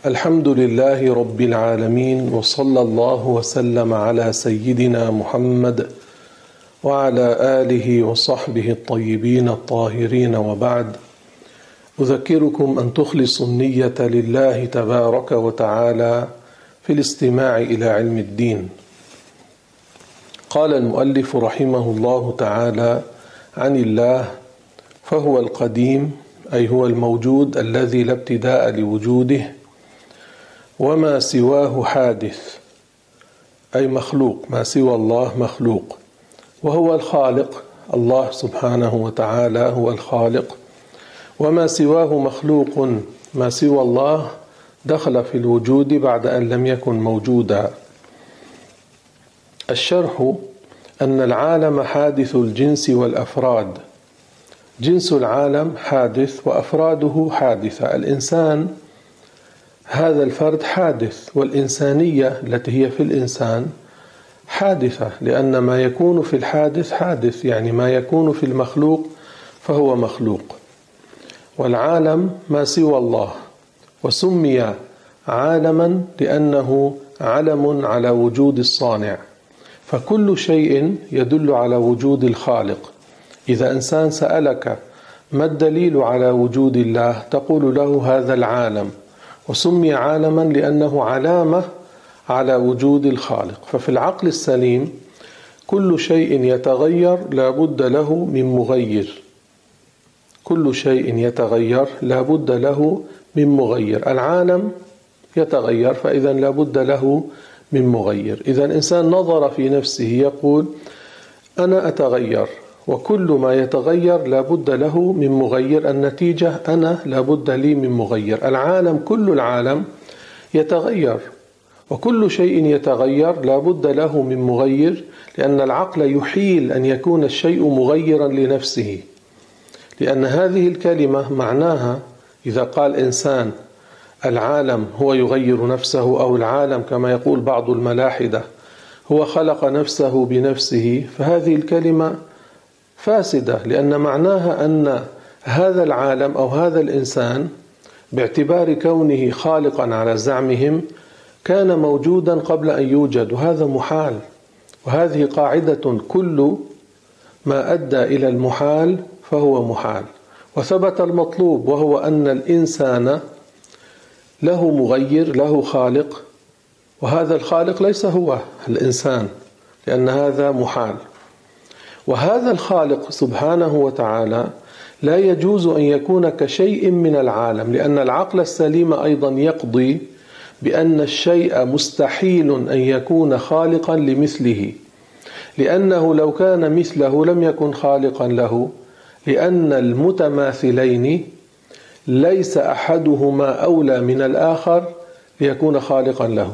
الحمد لله رب العالمين، وصلى الله وسلم على سيدنا محمد وعلى آله وصحبه الطيبين الطاهرين، وبعد. أذكركم أن تخلصوا النية لله تبارك وتعالى في الاستماع إلى علم الدين. قال المؤلف رحمه الله تعالى عن الله: فهو القديم، أي هو الموجود الذي لا ابتداء لوجوده، وما سواه حادث، أي مخلوق، ما سوى الله مخلوق. وهو الخالق، الله سبحانه وتعالى هو الخالق، وما سواه مخلوق، ما سوى الله دخل في الوجود بعد أن لم يكن موجودا. الشرح أن العالم حادث الجنس والأفراد، جنس العالم حادث وأفراده حادثة. الإنسان هذا الفرد حادث، والإنسانية التي هي في الإنسان حادثة، لأن ما يكون في الحادث حادث، يعني ما يكون في المخلوق فهو مخلوق. والعالم ما سوى الله، وسمي عالما لأنه علم على وجود الصانع، فكل شيء يدل على وجود الخالق. إذا إنسان سألك ما الدليل على وجود الله، تقول له هذا العالم، وسمي عالما لأنه علامة على وجود الخالق. ففي العقل السليم كل شيء يتغير لا بد له من مغير، كل شيء يتغير لا بد له من مغير. العالم يتغير، فإذا لا بد له من مغير. إذا الإنسان نظر في نفسه يقول أنا أتغير، وكل ما يتغير لا بد له من مغير. النتيجة أنا لا بد لي من مغير. العالم، كل العالم يتغير، وكل شيء يتغير لا بد له من مغير، لأن العقل يحيل أن يكون الشيء مغيرا لنفسه. لأن هذه الكلمة معناها إذا قال إنسان العالم هو يغير نفسه، أو العالم كما يقول بعض الملاحدة هو خلق نفسه بنفسه، فهذه الكلمة فاسدة، لأن معناها أن هذا العالم أو هذا الإنسان باعتبار كونه خالقا على زعمهم كان موجودا قبل أن يوجد، وهذا محال. وهذه قاعدة: كل ما أدى إلى المحال فهو محال. وثبت المطلوب، وهو أن الإنسان له مغير، له خالق، وهذا الخالق ليس هو الإنسان، لأن هذا محال. وهذا الخالق سبحانه وتعالى لا يجوز أن يكون كشيء من العالم، لأن العقل السليم أيضا يقضي بأن الشيء مستحيل أن يكون خالقا لمثله، لأنه لو كان مثله لم يكن خالقا له، لأن المتماثلين ليس أحدهما أولى من الآخر ليكون خالقا له.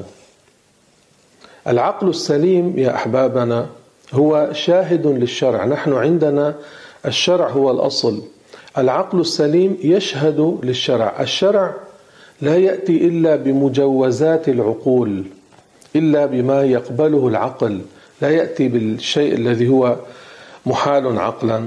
العقل السليم يا أحبابنا هو شاهد للشرع. نحن عندنا الشرع هو الأصل، العقل السليم يشهد للشرع. الشرع لا يأتي إلا بمجوزات العقول، إلا بما يقبله العقل، لا يأتي بالشيء الذي هو محال عقلا.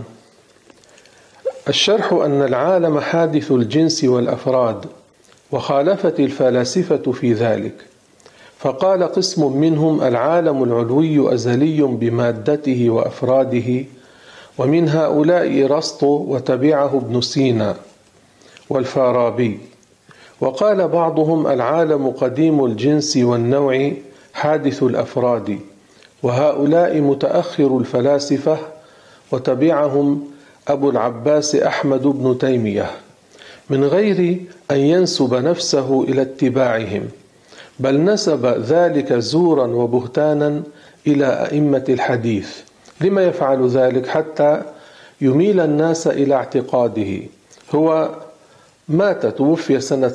الشرح أن العالم حادث الجنس والأفراد، وخالفت الفلاسفة في ذلك، فقال قسم منهم العالم العلوي أزلي بمادته وأفراده، ومن هؤلاء أرسطو وتبعه ابن سينا والفارابي. وقال بعضهم العالم قديم الجنس والنوع حادث الأفراد، وهؤلاء متأخر الفلاسفة، وتبعهم أبو العباس أحمد بن تيمية، من غير أن ينسب نفسه إلى اتباعهم، بل نسب ذلك زورا وبهتانا إلى أئمة الحديث. لما يفعل ذلك؟ حتى يميل الناس إلى اعتقاده. هو مات، توفي سنة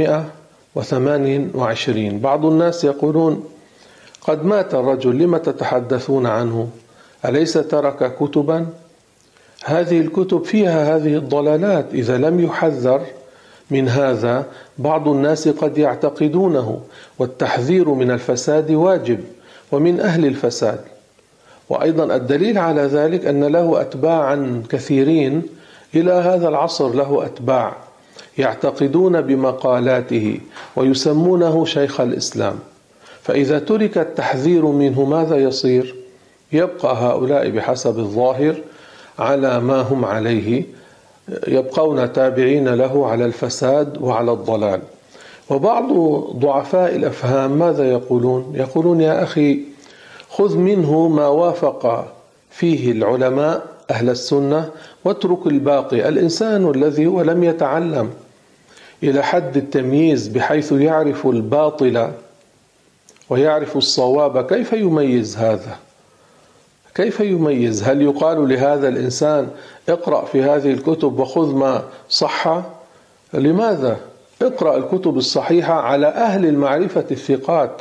728. بعض الناس يقولون قد مات الرجل، لما تتحدثون عنه؟ أليس ترك كتبا؟ هذه الكتب فيها هذه الضلالات، إذا لم يحذر من هذا بعض الناس قد يعتقدونه. والتحذير من الفساد واجب، ومن أهل الفساد. وأيضا الدليل على ذلك أن له أتباعا كثيرين إلى هذا العصر، له أتباع يعتقدون بمقالاته ويسمونه شيخ الإسلام. فإذا ترك التحذير منه ماذا يصير؟ يبقى هؤلاء بحسب الظاهر على ما هم عليه، يبقون تابعين له على الفساد وعلى الضلال. وبعض ضعفاء الأفهام ماذا يقولون؟ يقولون يا أخي خذ منه ما وافق فيه العلماء أهل السنة واترك الباقي. الإنسان الذي هو لم يتعلم إلى حد التمييز بحيث يعرف الباطل ويعرف الصواب، كيف يميز هذا؟ كيف يميز؟ هل يقال لهذا الإنسان اقرأ في هذه الكتب وخذ ما صح؟ لماذا؟ اقرأ الكتب الصحيحة على أهل المعرفة الثقات.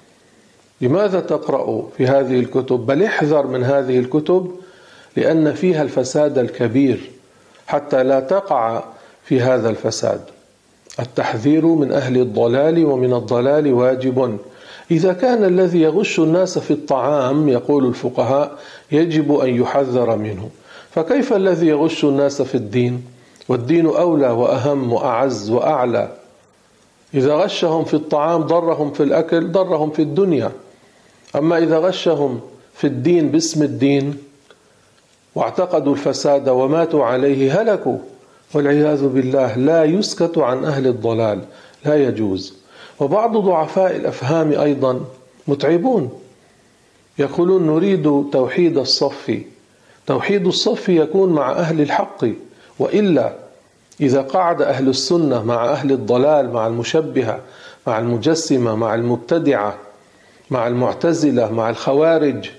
لماذا تقرأ في هذه الكتب؟ بل احذر من هذه الكتب لأن فيها الفساد الكبير حتى لا تقع في هذا الفساد. التحذير من أهل الضلال ومن الضلال واجب. إذا كان الذي يغش الناس في الطعام يقول الفقهاء يجب أن يحذر منه، فكيف الذي يغش الناس في الدين؟ والدين أولى وأهم وأعز وأعلى. إذا غشهم في الطعام ضرهم في الأكل ضرهم في الدنيا، أما إذا غشهم في الدين باسم الدين واعتقدوا الفساد وماتوا عليه هلكوا والعياذ بالله. لا يسكت عن أهل الضلال، لا يجوز. وبعض ضعفاء الأفهام أيضا متعبون، يقولون نريد توحيد الصف. توحيد الصف يكون مع أهل الحق، وإلا إذا قعد أهل السنة مع أهل الضلال، مع المشبهة، مع المجسمة، مع المبتدعة، مع المعتزلة، مع الخوارج،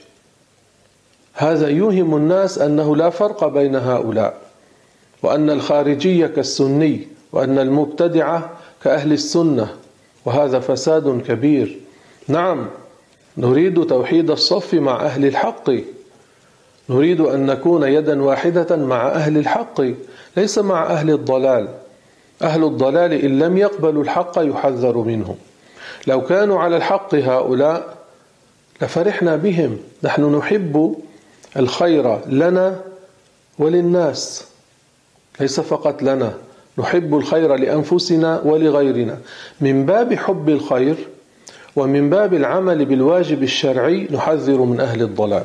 هذا يوهم الناس أنه لا فرق بين هؤلاء، وأن الخارجية كالسني، وأن المبتدعة كأهل السنة، وهذا فساد كبير. نعم، نريد توحيد الصف مع أهل الحق، نريد أن نكون يدا واحدة مع أهل الحق ليس مع أهل الضلال. أهل الضلال إن لم يقبلوا الحق يحذر منهم. لو كانوا على الحق هؤلاء لفرحنا بهم. نحن نحب الخير لنا وللناس، ليس فقط لنا، نحب الخير لأنفسنا ولغيرنا. من باب حب الخير ومن باب العمل بالواجب الشرعي نحذر من أهل الضلال.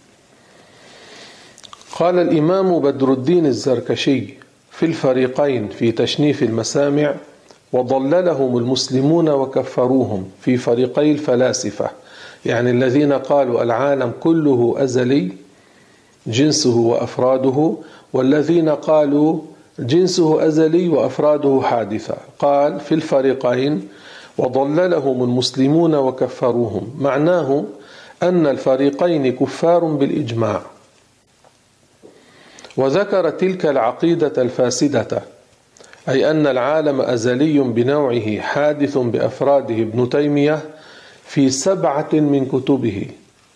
قال الإمام بدر الدين الزركشي في الفريقين في تشنيف المسامع: وضللهم المسلمون وكفروهم في فريقي الفلاسفة، يعني الذين قالوا العالم كله أزلي جنسه وأفراده، والذين قالوا جنسه أزلي وأفراده حادثة. قال في الفريقين وضللهم المسلمون وكفروهم، معناه أن الفريقين كفار بالإجماع. وذكر تلك العقيدة الفاسدة، أي أن العالم أزلي بنوعه حادث بأفراده، ابن تيمية في 7 من كتبه: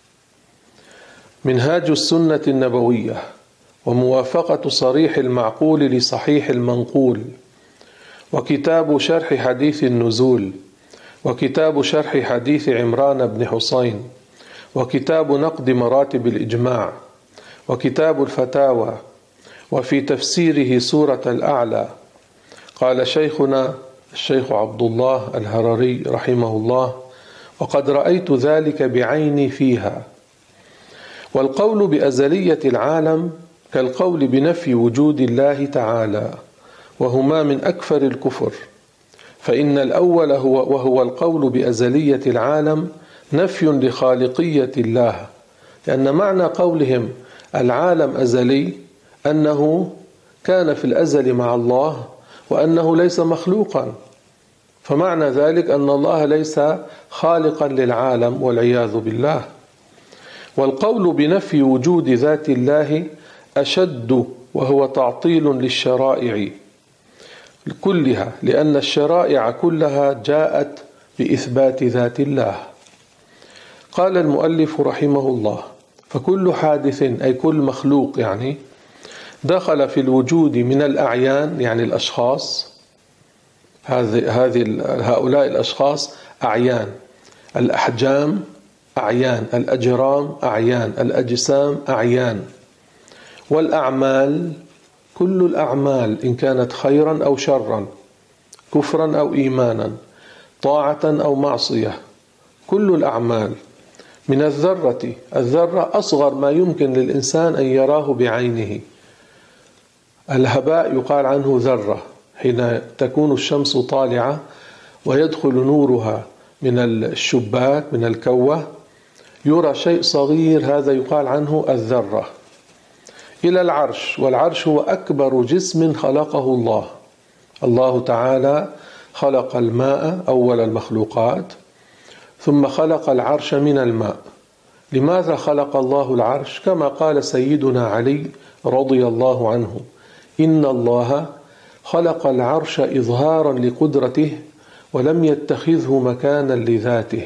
منهاج السنة النبوية، وموافقة صريح المعقول لصحيح المنقول، وكتاب شرح حديث النزول، وكتاب شرح حديث عمران بن حسين، وكتاب نقد مراتب الإجماع، وكتاب الفتاوى، وفي تفسيره سورة الأعلى. قال شيخنا الشيخ عبد الله الهرري رحمه الله: وقد رأيت ذلك بعيني فيها. والقول بأزلية العالم كالقول بنفي وجود الله تعالى، وهما من أكفر الكفر. فإن الأول وهو القول بأزلية العالم نفي لخالقية الله، لأن معنى قولهم العالم أزلي أنه كان في الأزل مع الله وأنه ليس مخلوقا، فمعنى ذلك أن الله ليس خالقا للعالم والعياذ بالله. والقول بنفي وجود ذات الله أشد، وهو تعطيل للشرائع كلها، لأن الشرائع كلها جاءت بإثبات ذات الله. قال المؤلف رحمه الله: فكل حادث أي كل مخلوق يعني دخل في الوجود من الأعيان، يعني الأشخاص، هؤلاء الأشخاص أعيان، الأحجام أعيان، الأجرام أعيان، الأجسام أعيان، والأعمال كل الأعمال إن كانت خيرا أو شرا، كفرا أو إيمانا، طاعة أو معصية، كل الأعمال من الذرة. الذرة أصغر ما يمكن للإنسان أن يراه بعينه. الهباء يقال عنه ذرة، حين تكون الشمس طالعة ويدخل نورها من الشباك من الكوة يرى شيء صغير، هذا يقال عنه الذرة. إلى العرش، والعرش هو أكبر جسم خلقه الله. الله تعالى خلق الماء أول المخلوقات، ثم خلق العرش من الماء. لماذا خلق الله العرش؟ كما قال سيدنا علي رضي الله عنه: إن الله خلق العرش إظهارا لقدرته ولم يتخذه مكانا لذاته.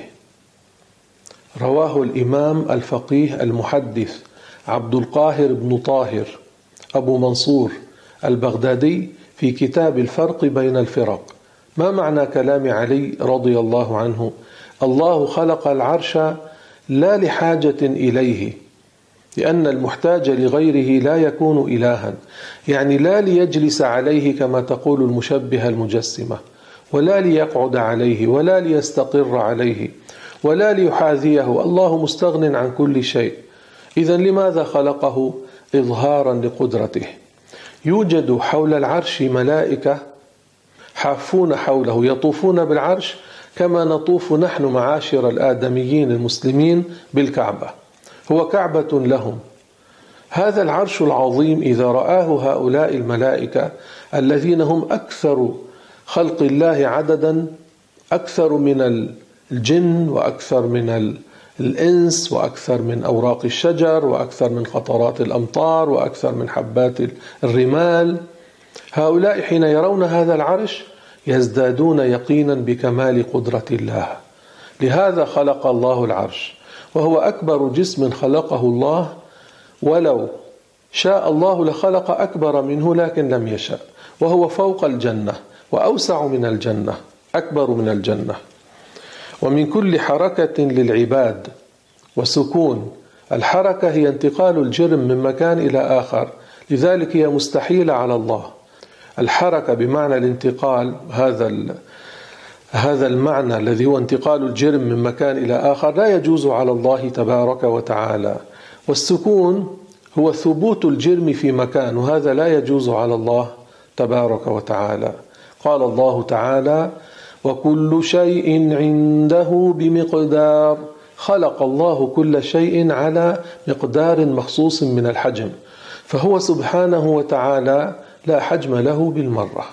رواه الإمام الفقيه المحدث عبد القاهر بن طاهر أبو منصور البغدادي في كتاب الفرق بين الفرق. ما معنى كلام علي رضي الله عنه؟ الله خلق العرش لا لحاجة إليه، لأن المحتاج لغيره لا يكون إلها، يعني لا ليجلس عليه كما تقول المشبهة المجسمة، ولا ليقعد عليه، ولا ليستقر عليه، ولا ليحاذيه. الله مستغن عن كل شيء. إذن لماذا خلقه؟ إظهارا لقدرته. يوجد حول العرش ملائكة حافون حوله، يطوفون بالعرش كما نطوف نحن معاشر الآدميين المسلمين بالكعبة، هو كعبة لهم. هذا العرش العظيم إذا رآه هؤلاء الملائكة الذين هم أكثر خلق الله عددا، أكثر من الجن وأكثر من الإنس وأكثر من أوراق الشجر وأكثر من قطرات الأمطار وأكثر من حبات الرمال، هؤلاء حين يرون هذا العرش يزدادون يقينا بكمال قدرة الله. لهذا خلق الله العرش، وهو أكبر جسم خلقه الله، ولو شاء الله لخلق أكبر منه لكن لم يشاء، وهو فوق الجنة وأوسع من الجنة، أكبر من الجنة. ومن كل حركة للعباد وسكون. الحركة هي انتقال الجرم من مكان إلى آخر، لذلك هي مستحيلة على الله. الحركة بمعنى الانتقال، هذا المعنى الذي هو انتقال الجرم من مكان إلى آخر لا يجوز على الله تبارك وتعالى. والسكون هو ثبوت الجرم في مكان، وهذا لا يجوز على الله تبارك وتعالى. قال الله تعالى: وكل شيء عنده بمقدار. خلق الله كل شيء على مقدار مخصوص من الحجم، فهو سبحانه وتعالى لا حجم له بالمرة.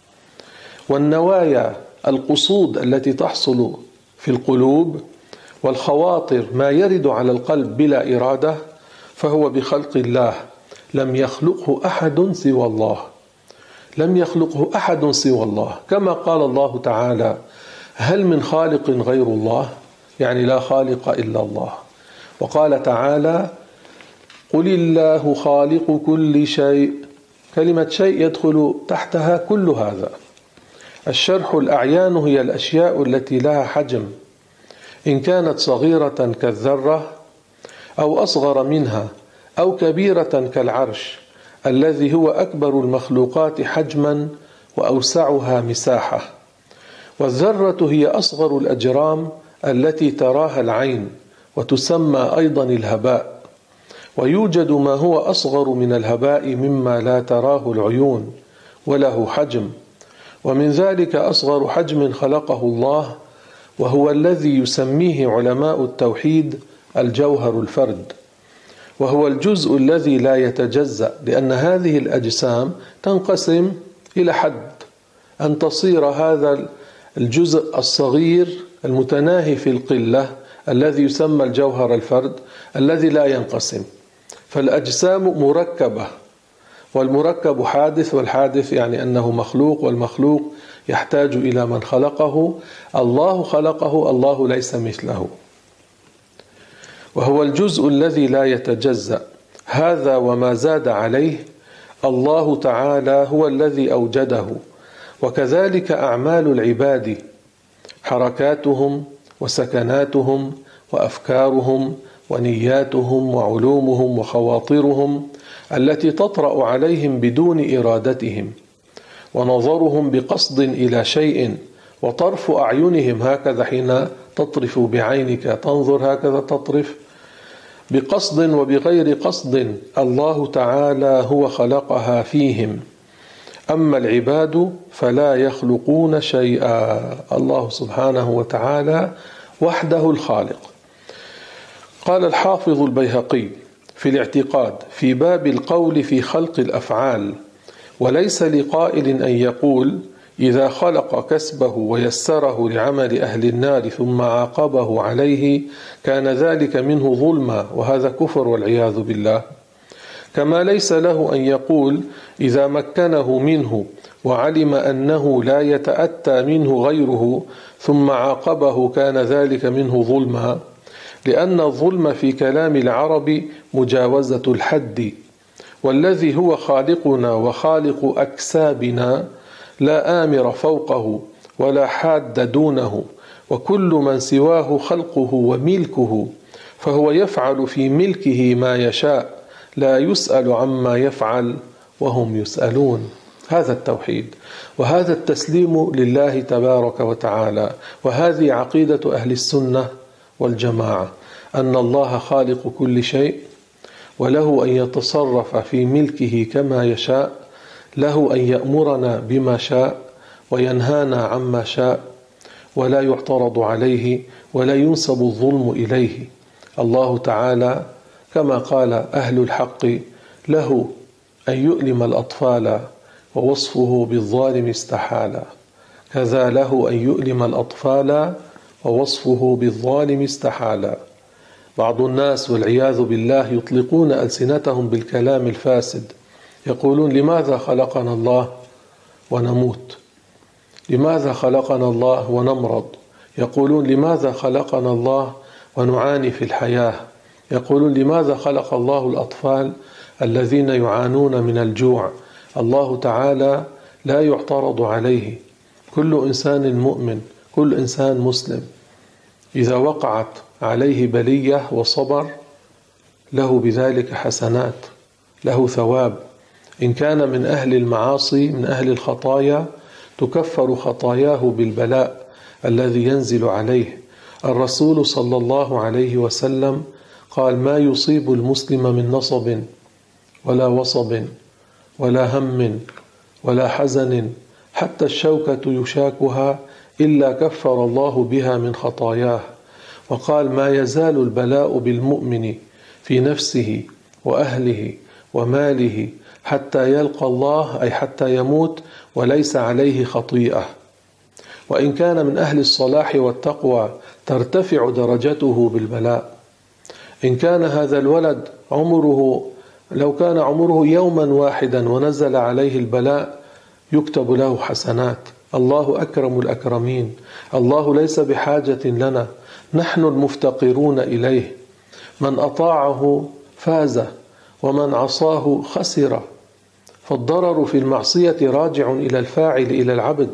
والنوايا القصود التي تحصل في القلوب، والخواطر ما يرد على القلب بلا إرادة، فهو بخلق الله، لم يخلقه أحد سوى الله، لم يخلقه أحد سوى الله. كما قال الله تعالى: هل من خالق غير الله؟ يعني لا خالق إلا الله. وقال تعالى: قل الله خالق كل شيء. كلمة شيء يدخل تحتها كل هذا. الشرح: الأعيان هي الأشياء التي لها حجم، إن كانت صغيرة كالذرة أو أصغر منها، أو كبيرة كالعرش الذي هو أكبر المخلوقات حجما وأوسعها مساحة. والذرة هي أصغر الأجرام التي تراها العين، وتسمى أيضا الهباء. ويوجد ما هو أصغر من الهباء مما لا تراه العيون وله حجم، ومن ذلك أصغر حجم خلقه الله، وهو الذي يسميه علماء التوحيد الجوهر الفرد، وهو الجزء الذي لا يتجزأ، لأن هذه الأجسام تنقسم إلى حد أن تصير هذا الجزء الصغير المتناهي في القلة الذي يسمى الجوهر الفرد الذي لا ينقسم. فالأجسام مركبة، والمركب حادث، والحادث يعني أنه مخلوق، والمخلوق يحتاج إلى من خلقه. الله خلقه، الله ليس مثله، وهو الجزء الذي لا يتجزأ. هذا وما زاد عليه الله تعالى هو الذي أوجده. وكذلك أعمال العباد، حركاتهم وسكناتهم وأفكارهم ونياتهم وعلومهم وخواطرهم التي تطرأ عليهم بدون إرادتهم. ونظرهم بقصد إلى شيء، وطرف أعينهم هكذا حين تطرف بعينك تنظر هكذا تطرف بقصد وبغير قصد، الله تعالى هو خلقها فيهم. أما العباد فلا يخلقون شيئا. الله سبحانه وتعالى وحده الخالق. قال الحافظ البيهقي في الاعتقاد في باب القول في خلق الأفعال: وليس لقائل أن يقول إذا خلق كسبه ويسره لعمل أهل النار ثم عاقبه عليه كان ذلك منه ظلما، وهذا كفر والعياذ بالله. كما ليس له أن يقول إذا مكنه منه وعلم أنه لا يتأتى منه غيره ثم عاقبه كان ذلك منه ظلما، لأن الظلم في كلام العرب مجاوزة الحد، والذي هو خالقنا وخالق أكسابنا لا آمر فوقه ولا حاد دونه، وكل من سواه خلقه وملكه، فهو يفعل في ملكه ما يشاء، لا يسأل عما يفعل وهم يسألون. هذا التوحيد وهذا التسليم لله تبارك وتعالى، وهذه عقيدة أهل السنة والجماعة، أن الله خالق كل شيء، وله أن يتصرف في ملكه كما يشاء، له أن يأمرنا بما شاء وينهانا عما شاء، ولا يعترض عليه ولا ينسب الظلم إليه. الله تعالى كما قال أهل الحق له أن يؤلم الأطفال ووصفه بالظالم استحالا، كذا له أن يؤلم الأطفال ووصفه بالظالم استحالا. بعض الناس والعياذ بالله يطلقون ألسنتهم بالكلام الفاسد، يقولون لماذا خلقنا الله ونموت؟ لماذا خلقنا الله ونمرض؟ يقولون لماذا خلقنا الله ونعاني في الحياة؟ يقولون لماذا خلق الله الأطفال الذين يعانون من الجوع؟ الله تعالى لا يعترض عليه. كل إنسان مؤمن، كل إنسان مسلم إذا وقعت عليه بلية وصبر له بذلك حسنات، له ثواب. إن كان من أهل المعاصي من أهل الخطايا تكفر خطاياه بالبلاء الذي ينزل عليه. الرسول صلى الله عليه وسلم قال: ما يصيب المسلم من نصب ولا وصب ولا هم ولا حزن حتى الشوكة يشاكها إلا كفر الله بها من خطاياه. وقال: ما يزال البلاء بالمؤمن في نفسه وأهله وماله حتى يلقى الله، أي حتى يموت وليس عليه خطيئة. وإن كان من أهل الصلاح والتقوى ترتفع درجته بالبلاء. إن كان هذا الولد لو كان عمره يوما واحدا ونزل عليه البلاء يكتب له حسنات. الله أكرم الأكرمين، الله ليس بحاجة لنا، نحن المفتقرون إليه. من أطاعه فاز ومن عصاه خسر، فالضرر في المعصية راجع إلى الفاعل إلى العبد،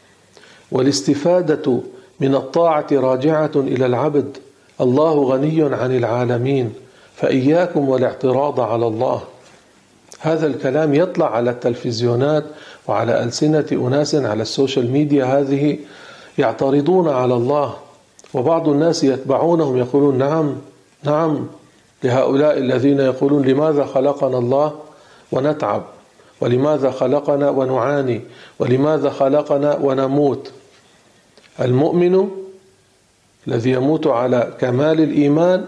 والاستفادة من الطاعة راجعة إلى العبد. الله غني عن العالمين، فإياكم والاعتراض على الله. هذا الكلام يطلع على التلفزيونات وعلى ألسنة أناس على السوشيال ميديا هذه يعترضون على الله، وبعض الناس يتبعونهم يقولون نعم لهؤلاء الذين يقولون لماذا خلقنا الله ونتعب، ولماذا خلقنا ونعاني، ولماذا خلقنا ونموت. المؤمن الذي يموت على كمال الإيمان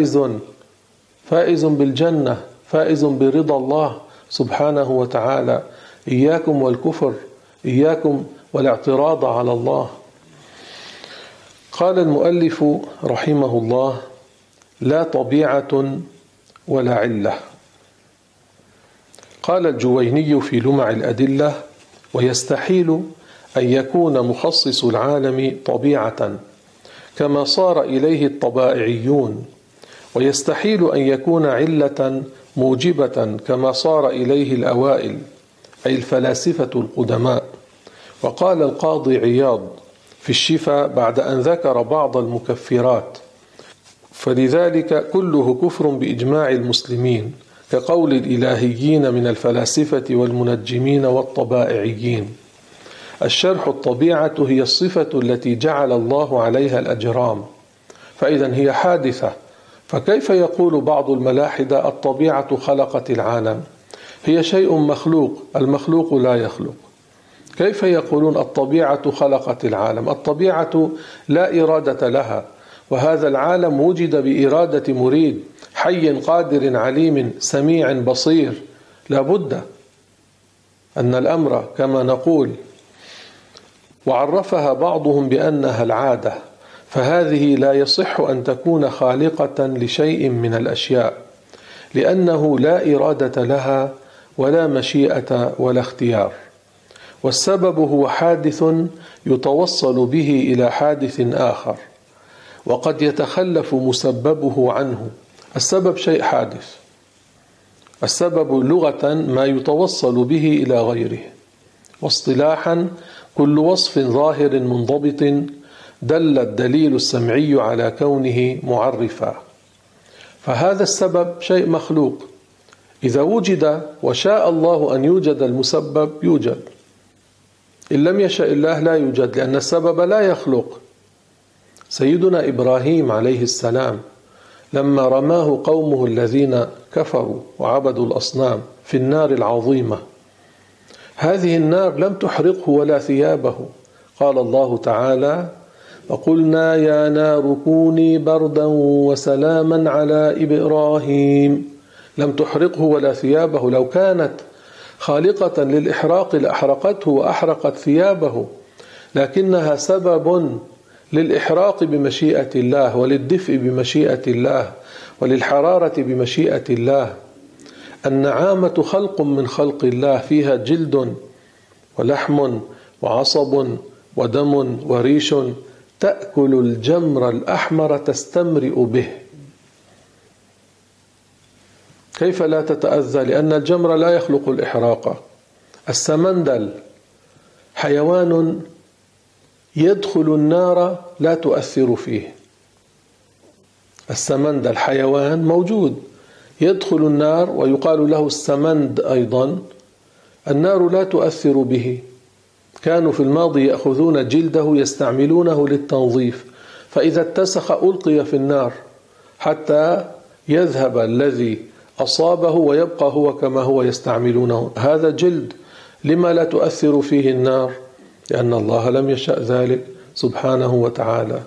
فائز بالجنة، فائز برضا الله سبحانه وتعالى. إياكم والكفر، إياكم والاعتراض على الله. قال المؤلف رحمه الله: لا طبيعة ولا علة. قال الجويني في لمع الأدلة: ويستحيل أن يكون مخصص العالم طبيعة كما صار إليه الطبائعيون، ويستحيل أن يكون علة موجبة كما صار إليه الأوائل، أي الفلاسفة القدماء. وقال القاضي عياض في الشفاء بعد أن ذكر بعض المكفرات: فلذلك كله كفر بإجماع المسلمين، كقول الإلهيين من الفلاسفة والمنجمين والطبائعيين. الشرح الطبيعة هي الصفة التي جعل الله عليها الأجرام، فإذا هي حادثة. فكيف يقول بعض الملاحدة الطبيعة خلقت العالم؟ هي شيء مخلوق، المخلوق لا يخلق. كيف يقولون الطبيعة خلقت العالم؟ الطبيعة لا إرادة لها، وهذا العالم وجد بإرادة مريد حي قادر عليم سميع بصير. لا بد أن الأمر كما نقول. وعرفها بعضهم بأنها العادة، فهذه لا يصح أن تكون خالقة لشيء من الأشياء، لأنه لا إرادة لها ولا مشيئة ولا اختيار. والسبب هو حادث يتوصل به إلى حادث آخر، وقد يتخلف مسببه عنه. السبب شيء حادث، السبب لغة ما يتوصل به إلى غيره، واصطلاحا كل وصف ظاهر منضبط دل الدليل السمعي على كونه معرفا. فهذا السبب شيء مخلوق، إذا وجد وشاء الله أن يوجد المسبب يوجد، إن لم يشاء الله لا يوجد، لأن السبب لا يخلق. سيدنا إبراهيم عليه السلام لما رماه قومه الذين كفروا وعبدوا الأصنام في النار العظيمة، هذه النار لم تحرقه ولا ثيابه. قال الله تعالى: وقلنا يا نار كوني بردا وسلاما على إبراهيم. لم تحرقه ولا ثيابه، لو كانت خالقة للإحراق لأحرقته وأحرقت ثيابه، لكنها سبب للإحراق بمشيئة الله، وللدفء بمشيئة الله، وللحرارة بمشيئة الله. النعامة خلق من خلق الله، فيها جلد ولحم وعصب ودم وريش، تأكل الجمر الأحمر تستمرئ به. كيف لا تتأذى؟ لأن الجمر لا يخلق الإحراق. السمندل حيوان يدخل النار لا تؤثر فيه. السمندل حيوان موجود يدخل النار ويقال له السمند أيضا، النار لا تؤثر به. كانوا في الماضي يأخذون جلده يستعملونه للتنظيف، فإذا اتسخ ألقي في النار حتى يذهب الذي أصابه ويبقى هو كما هو يستعملونه. هذا جلد، لما لا تؤثر فيه النار؟ لأن الله لم يشأ ذلك سبحانه وتعالى.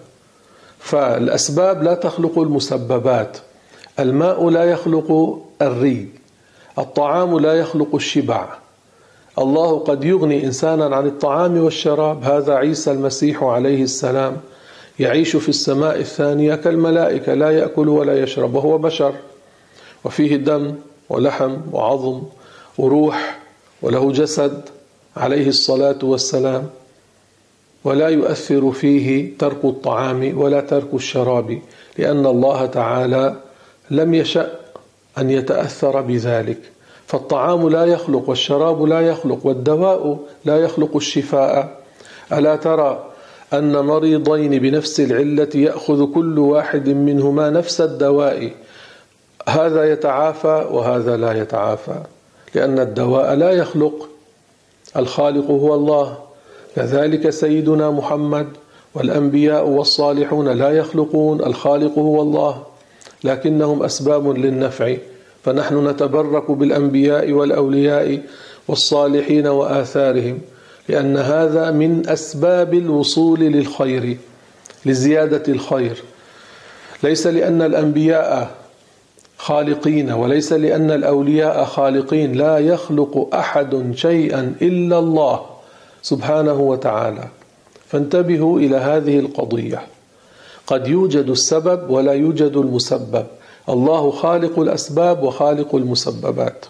فالأسباب لا تخلق المسببات. الماء لا يخلق الري، الطعام لا يخلق الشبع. الله قد يغني إنسانا عن الطعام والشراب. هذا عيسى المسيح عليه السلام يعيش في السماء الثانية كالملائكة، لا يأكل ولا يشرب، وهو بشر وفيه دم ولحم وعظم وروح وله جسد عليه الصلاة والسلام، ولا يؤثر فيه ترك الطعام ولا ترك الشراب، لأن الله تعالى لم يشأ أن يتأثر بذلك. فالطعام لا يخلق، والشراب لا يخلق، والدواء لا يخلق الشفاء. ألا ترى أن مريضين بنفس العلة يأخذ كل واحد منهما نفس الدواء، هذا يتعافى وهذا لا يتعافى، لأن الدواء لا يخلق، الخالق هو الله. كذلك سيدنا محمد والأنبياء والصالحون لا يخلقون، الخالق هو الله، لكنهم أسباب للنفع. فنحن نتبرك بالأنبياء والأولياء والصالحين وآثارهم، لأن هذا من أسباب الوصول للخير، لزيادة الخير. ليس لأن الأنبياء خالقين وليس لأن الأولياء خالقين، لا يخلق أحد شيئا إلا الله سبحانه وتعالى. فانتبهوا إلى هذه القضية. قد يوجد السبب ولا يوجد المسبب، الله خالق الأسباب وخالق المسببات.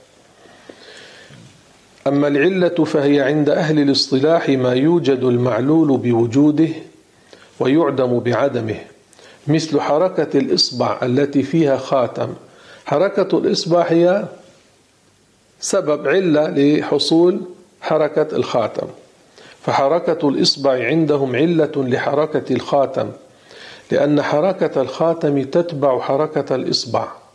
أما العلة فهي عند أهل الاصطلاح ما يوجد المعلول بوجوده ويعدم بعدمه، مثل حركة الإصبع التي فيها خاتم. حركة الإصبع هي سبب، علة لحصول حركة الخاتم، فحركة الإصبع عندهم علة لحركة الخاتم، لأن حركة الخاتم تتبع حركة الإصبع،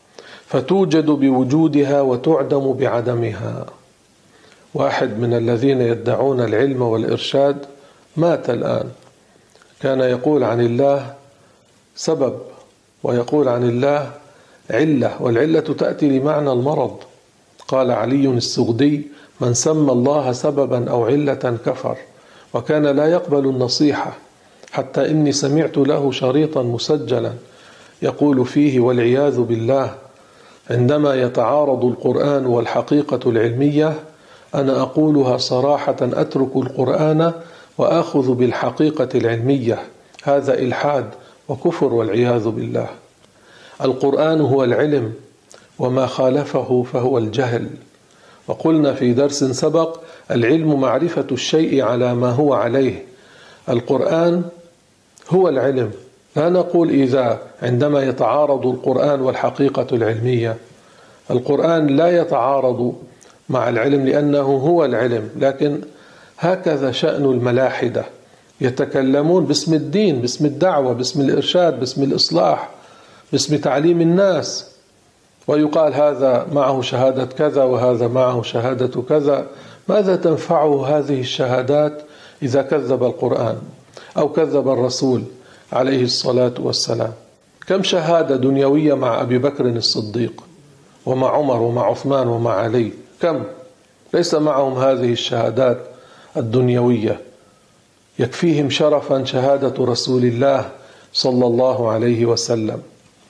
فتوجد بوجودها وتعدم بعدمها. واحد من الذين يدعون العلم والإرشاد مات الآن، كان يقول عن الله سبب ويقول عن الله علة، والعلة تأتي لمعنى المرض. قال علي السغدي: من سمى الله سببا أو علة كفر. وكان لا يقبل النصيحة، حتى إني سمعت له شريطا مسجلا يقول فيه والعياذ بالله: عندما يتعارض القرآن والحقيقة العلمية أنا أقولها صراحة، أترك القرآن وآخذ بالحقيقة العلمية. هذا إلحاد وكفر والعياذ بالله. القرآن هو العلم، وما خالفه فهو الجهل. وقلنا في درس سبق: العلم معرفة الشيء على ما هو عليه. القرآن هو العلم. لا نقول إذا عندما يتعارض القرآن والحقيقة العلمية. القرآن لا يتعارض مع العلم لأنه هو العلم، لكن هكذا شأن الملاحدة، يتكلمون باسم الدين، باسم الدعوة، باسم الإرشاد، باسم الإصلاح، باسم تعليم الناس، ويقال هذا معه شهادة كذا وهذا معه شهادة كذا. ماذا تنفعه هذه الشهادات إذا كذب القرآن أو كذب الرسول عليه الصلاة والسلام؟ كم شهادة دنيوية مع أبي بكر الصديق ومع عمر ومع عثمان ومع علي؟ كم؟ ليس معهم هذه الشهادات الدنيوية. يكفيهم شرفا شهادة رسول الله صلى الله عليه وسلم.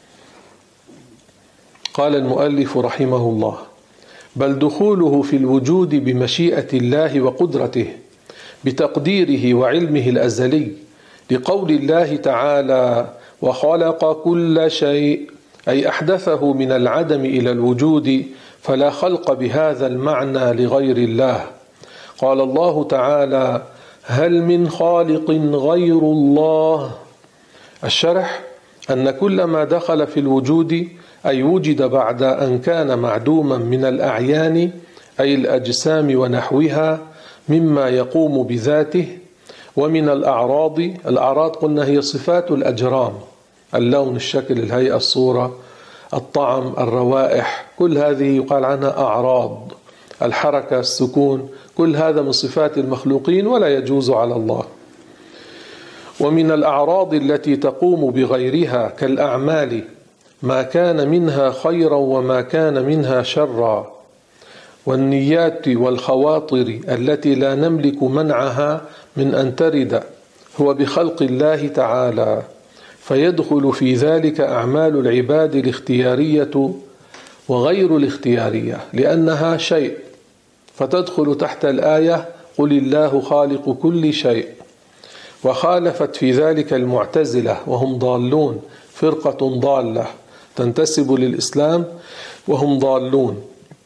قال المؤلف رحمه الله: بل دخوله في الوجود بمشيئة الله وقدرته، بتقديره وعلمه الأزلي، لقول الله تعالى: وخلق كل شيء، أي أحدثه من العدم إلى الوجود، فلا خلق بهذا المعنى لغير الله. قال الله تعالى: هل من خالق غير الله؟ الشرح: أن كل ما دخل في الوجود أي وجد بعد أن كان معدوما من الأعيان، أي الأجسام ونحوها، مما يقوم بذاته، ومن الأعراض. الأعراض قلنا هي صفات الأجرام: اللون، الشكل، الهيئة، الصورة، الطعم، الروائح، كل هذه يقال عنها أعراض. الحركة، السكون، كل هذا من صفات المخلوقين ولا يجوز على الله. ومن الأعراض التي تقوم بغيرها كالأعمال، ما كان منها خيرا وما كان منها شرا، والنيات والخواطر التي لا نملك منعها من أن ترد، هو بخلق الله تعالى. فيدخل في ذلك أعمال العباد الاختيارية وغير الاختيارية، لأنها شيء، فتدخل تحت الآية: قل الله خالق كل شيء. وخالفت في ذلك المعتزلة وهم ضالون، فرقة ضالة تنتسب للإسلام وهم ضالون،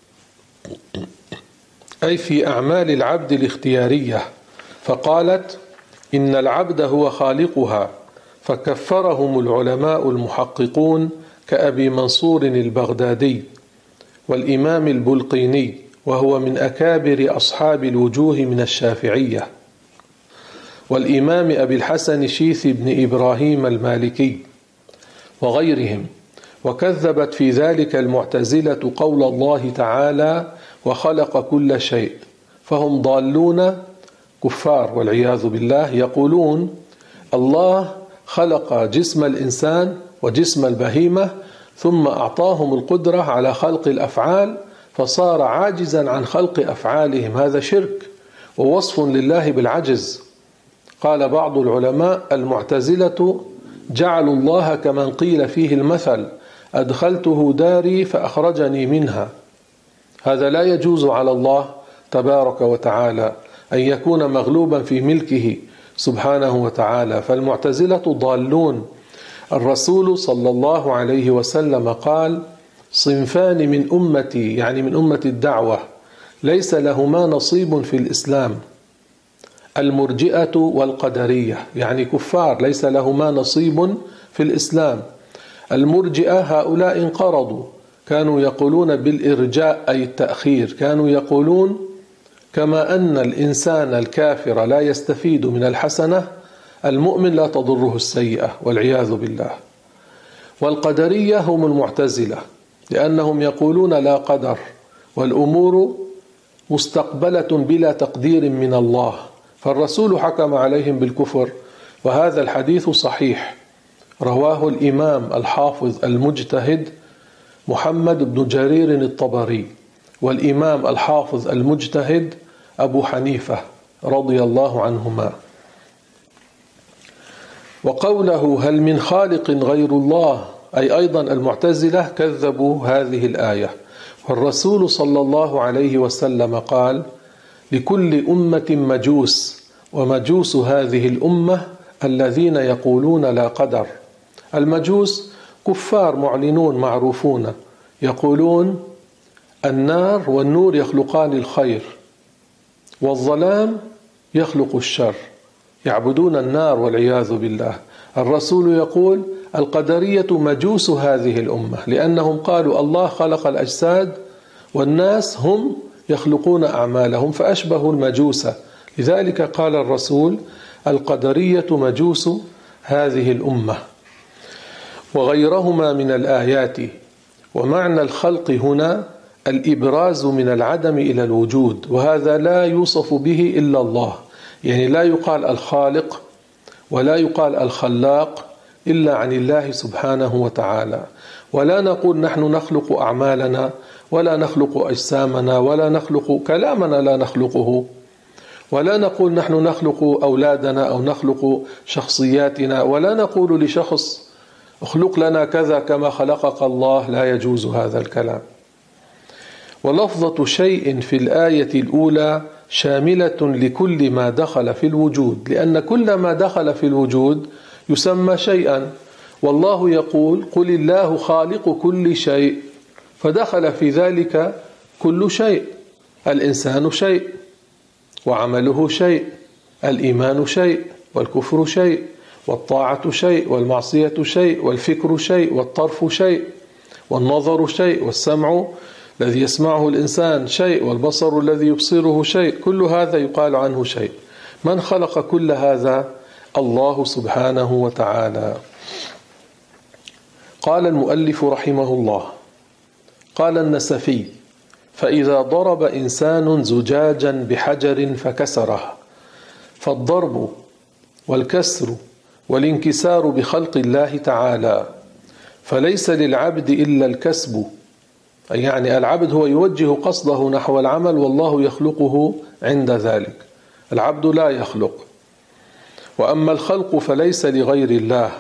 أي في أعمال العبد الاختيارية، فقالت: إن العبد هو خالقها. فكفرهم العلماء المحققون كأبي منصور البغدادي والإمام البلقيني، وهو من أكابر أصحاب الوجوه من الشافعية، والإمام أبي الحسن شيث بن إبراهيم المالكي وغيرهم. وكذبت في ذلك المعتزلة قول الله تعالى: وخلق كل شيء. فهم ضالون كفار والعياذ بالله، يقولون الله خلق جسم الإنسان وجسم البهيمة، ثم أعطاهم القدرة على خلق الأفعال، فصار عاجزا عن خلق أفعالهم. هذا شرك ووصف لله بالعجز. قال بعض العلماء: المعتزلة جعلوا الله كمن قيل فيه المثل: أدخلته داري فأخرجني منها. هذا لا يجوز على الله تبارك وتعالى أن يكون مغلوبا في ملكه سبحانه وتعالى. فالمعتزلة ضالون. الرسول صلى الله عليه وسلم قال: صنفان من أمتي، يعني من أمة الدعوة، ليس لهما نصيب في الإسلام: المرجئة والقدرية، يعني كفار ليس لهما نصيب في الإسلام. المرجئة هؤلاء انقرضوا، كانوا يقولون بالإرجاء أي التأخير، كانوا يقولون كما أن الإنسان الكافر لا يستفيد من الحسنة، المؤمن لا تضره السيئة والعياذ بالله. والقدرية هم المعتزلة، لأنهم يقولون لا قدر والأمور مستقبلة بلا تقدير من الله، فالرسول حكم عليهم بالكفر. وهذا الحديث صحيح، رواه الإمام الحافظ المجتهد محمد بن جرير الطبري، والإمام الحافظ المجتهد أبو حنيفة رضي الله عنهما. وقوله هل من خالق غير الله، أي أيضا المعتزلة كذبوا هذه الآية. والرسول صلى الله عليه وسلم قال لكل أمة مجوس، ومجوس هذه الأمة الذين يقولون لا قدر. المجوس كفار معلنون معروفون، يقولون النار والنور يخلقان الخير، والظلام يخلق الشر، يعبدون النار والعياذ بالله. الرسول يقول القدرية مجوس هذه الأمة، لأنهم قالوا الله خلق الأجساد والناس هم يخلقون أعمالهم، فأشبهوا المجوس. لذلك قال الرسول القدرية مجوس هذه الأمة. وغيرهما من الآيات. ومعنى الخلق هنا الإبراز من العدم إلى الوجود، وهذا لا يوصف به إلا الله، يعني لا يقال الخالق ولا يقال الخلاق إلا عن الله سبحانه وتعالى. ولا نقول نحن نخلق أعمالنا ولا نخلق أجسامنا ولا نخلق كلامنا، لا نخلقه. ولا نقول نحن نخلق أولادنا أو نخلق شخصياتنا، ولا نقول لشخص اخلق لنا كذا كما خلقك الله، لا يجوز هذا الكلام. ولفظة شيء في الآية الأولى شاملة لكل ما دخل في الوجود، لأن كل ما دخل في الوجود يسمى شيئا. والله يقول قل الله خالق كل شيء، فدخل في ذلك كل شيء. الإنسان شيء، وعمله شيء، الإيمان شيء، والكفر شيء، والطاعة شيء، والمعصية شيء، والفكر شيء، والطرف شيء، والنظر شيء، والسمع الذي يسمعه الإنسان شيء، والبصر الذي يبصره شيء. كل هذا يقال عنه شيء. من خلق كل هذا؟ الله سبحانه وتعالى. قال المؤلف رحمه الله، قال النسفي: فإذا ضرب إنسان زجاجا بحجر فكسره، فالضرب والكسر والانكسار بخلق الله تعالى، فليس للعبد إلا الكسب، يعني العبد هو يوجه قصده نحو العمل والله يخلقه عند ذلك، العبد لا يخلق. وأما الخلق فليس لغير الله.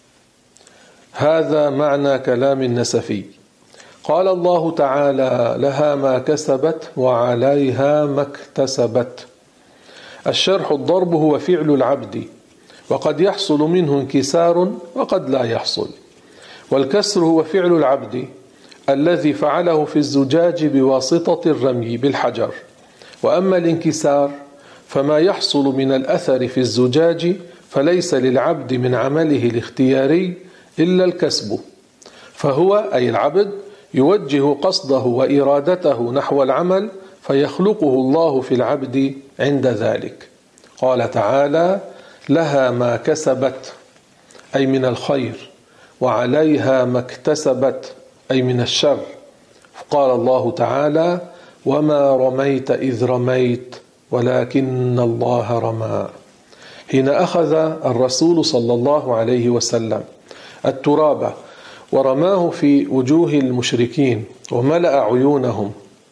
هذا معنى كلام النسفي. قال الله تعالى: لها ما كسبت وعليها ما اكتسبت. الشرح: الضرب هو فعل العبد، وقد يحصل منه انكسار وقد لا يحصل. والكسر هو فعل العبد الذي فعله في الزجاج بواسطة الرمي بالحجر. وأما الانكسار فما يحصل من الأثر في الزجاج فليس للعبد من عمله الاختياري إلا الكسب، فهو أي العبد يوجه قصده وإرادته نحو العمل فيخلقه الله في العبد عند ذلك. قال تعالى: لها ما كسبت أي من الخير، وعليها ما اكتسبت أي من الشر. قال الله تعالى: وما رميت إذ رميت ولكن الله رمى. حين أخذ الرسول صلى الله عليه وسلم التراب ورماه في وجوه المشركين وملأ عيونهم،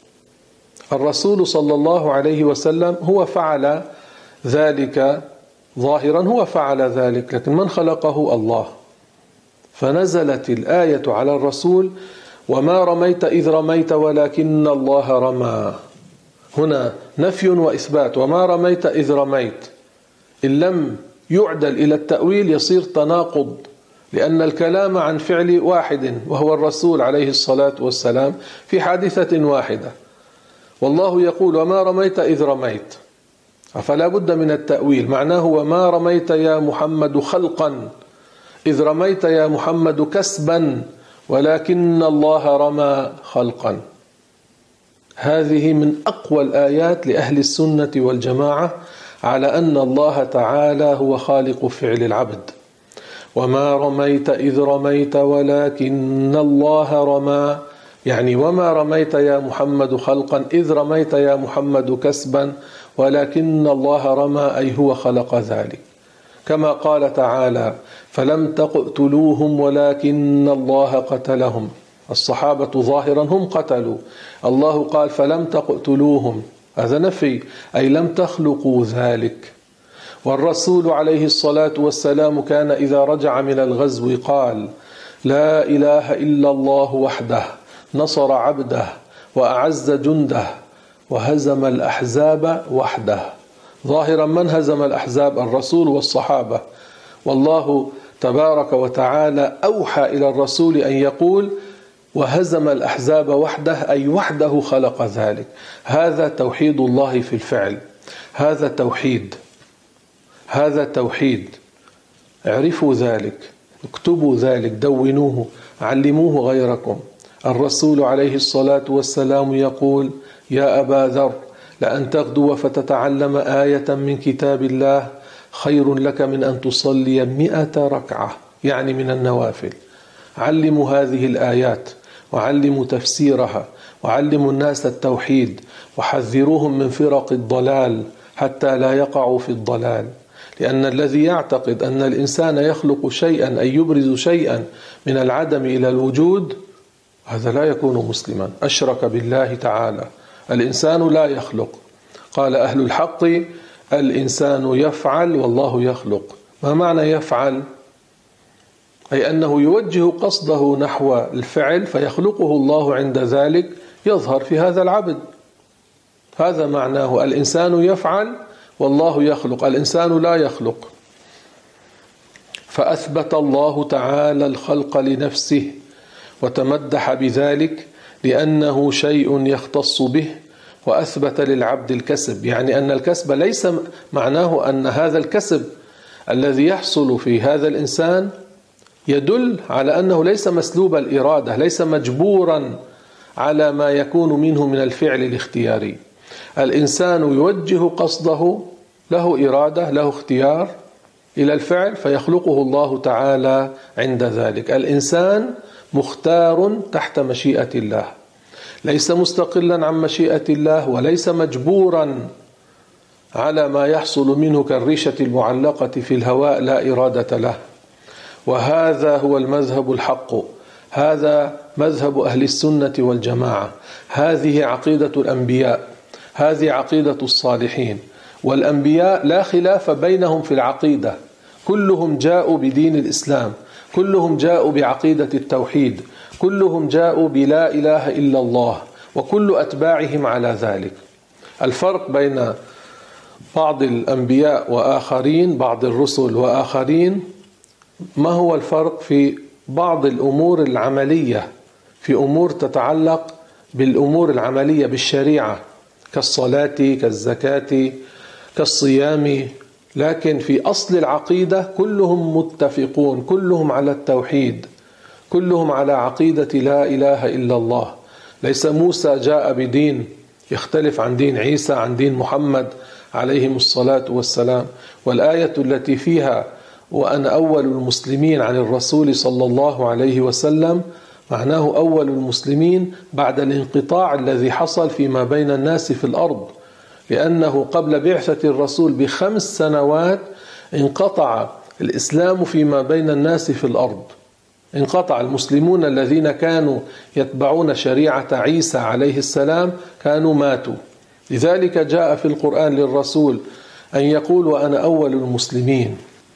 الرسول صلى الله عليه وسلم هو فعل ذلك ظاهرا، هو فعل ذلك، لكن من خلقه؟ الله. فنزلت الآية على الرسول: وما رميت إذ رميت ولكن الله رمى. هنا نفي وإثبات، وما رميت إذ رميت. إن لم يعدل إلى التأويل يصير تناقض، لأن الكلام عن فعل واحد وهو الرسول عليه الصلاة والسلام في حادثة واحدة، والله يقول: وما رميت إذ رميت، فلا بد من التأويل. معناه: وما رميت يا محمد خلقا، إذ رميت يا محمد كسبا، ولكن الله رمى خلقا. هذه من أقوى الآيات لأهل السنة والجماعة على أن الله تعالى هو خالق فعل العبد. وما رميت إذ رميت ولكن الله رمى، يعني وما رميت يا محمد خلقا إذ رميت يا محمد كسبا ولكن الله رمى أي هو خلق ذلك. كما قال تعالى فلم تقتلوهم ولكن الله قتلهم، الصحابة ظاهرا هم قتلوا، الله قال فلم تقتلوهم، هذا نفي أي لم تخلقوا ذلك. والرسول عليه الصلاة والسلام كان إذا رجع من الغزو قال لا إله إلا الله وحده نصر عبده وأعز جنده وهزم الأحزاب وحده. ظاهرا من هزم الأحزاب؟ الرسول والصحابة، والله تبارك وتعالى أوحى إلى الرسول أن يقول وهزم الأحزاب وحده أي وحده خلق ذلك. هذا توحيد الله في الفعل، هذا توحيد، هذا توحيد. اعرفوا ذلك، اكتبوا ذلك، دونوه، علموه غيركم. الرسول عليه الصلاة والسلام يقول يا أبا ذر لأن تغدو فتتعلم آية من كتاب الله خير لك من أن تصلي 100 ركعة، يعني من النوافل. علموا هذه الآيات وعلموا تفسيرها وعلموا الناس التوحيد وحذروهم من فرق الضلال حتى لا يقعوا في الضلال. لأن الذي يعتقد أن الإنسان يخلق شيئا أي يبرز شيئا من العدم إلى الوجود هذا لا يكون مسلما، أشرك بالله تعالى. الإنسان لا يخلق. قال أهل الحق الإنسان يفعل والله يخلق. ما معنى يفعل؟ أي أنه يوجه قصده نحو الفعل فيخلقه الله عند ذلك يظهر في هذا العبد. هذا معناه الإنسان يفعل والله يخلق، الإنسان لا يخلق. فأثبت الله تعالى الخلق لنفسه وتمدح بذلك لأنه شيء يختص به، وأثبت للعبد الكسب، يعني أن الكسب ليس معناه أن هذا الكسب الذي يحصل في هذا الإنسان يدل على أنه ليس مسلوب الإرادة، ليس مجبورا على ما يكون منه من الفعل الاختياري. الإنسان يوجه قصده، له إرادة، له اختيار إلى الفعل فيخلقه الله تعالى عند ذلك. الإنسان مختار تحت مشيئة الله، ليس مستقلا عن مشيئة الله وليس مجبورا على ما يحصل منه كالريشة المعلقة في الهواء لا إرادة له. وهذا هو المذهب الحق، هذا مذهب أهل السنة والجماعة، هذه عقيدة الأنبياء، هذه عقيدة الصالحين. والأنبياء لا خلاف بينهم في العقيدة، كلهم جاءوا بدين الإسلام، كلهم جاءوا بعقيدة التوحيد، كلهم جاءوا بلا إله إلا الله، وكل أتباعهم على ذلك. الفرق بين بعض الأنبياء وآخرين، بعض الرسل وآخرين، ما هو الفرق؟ في بعض الأمور العملية، في أمور تتعلق بالأمور العملية بالشريعة كالصلاة كالزكاة كالصيام. لكن في أصل العقيدة كلهم متفقون، كلهم على التوحيد، كلهم على عقيدة لا إله إلا الله. ليس موسى جاء بدين يختلف عن دين عيسى عن دين محمد عليهم الصلاة والسلام. والآية التي فيها وأنا أول المسلمين عن الرسول صلى الله عليه وسلم معناه أول المسلمين بعد الانقطاع الذي حصل فيما بين الناس في الأرض، لأنه قبل بعثة الرسول ب5 سنوات انقطع الإسلام فيما بين الناس في الأرض، انقطع. المسلمون الذين كانوا يتبعون شريعة عيسى عليه السلام كانوا ماتوا. لذلك جاء في القرآن للرسول أن يقول وأنا أول المسلمين،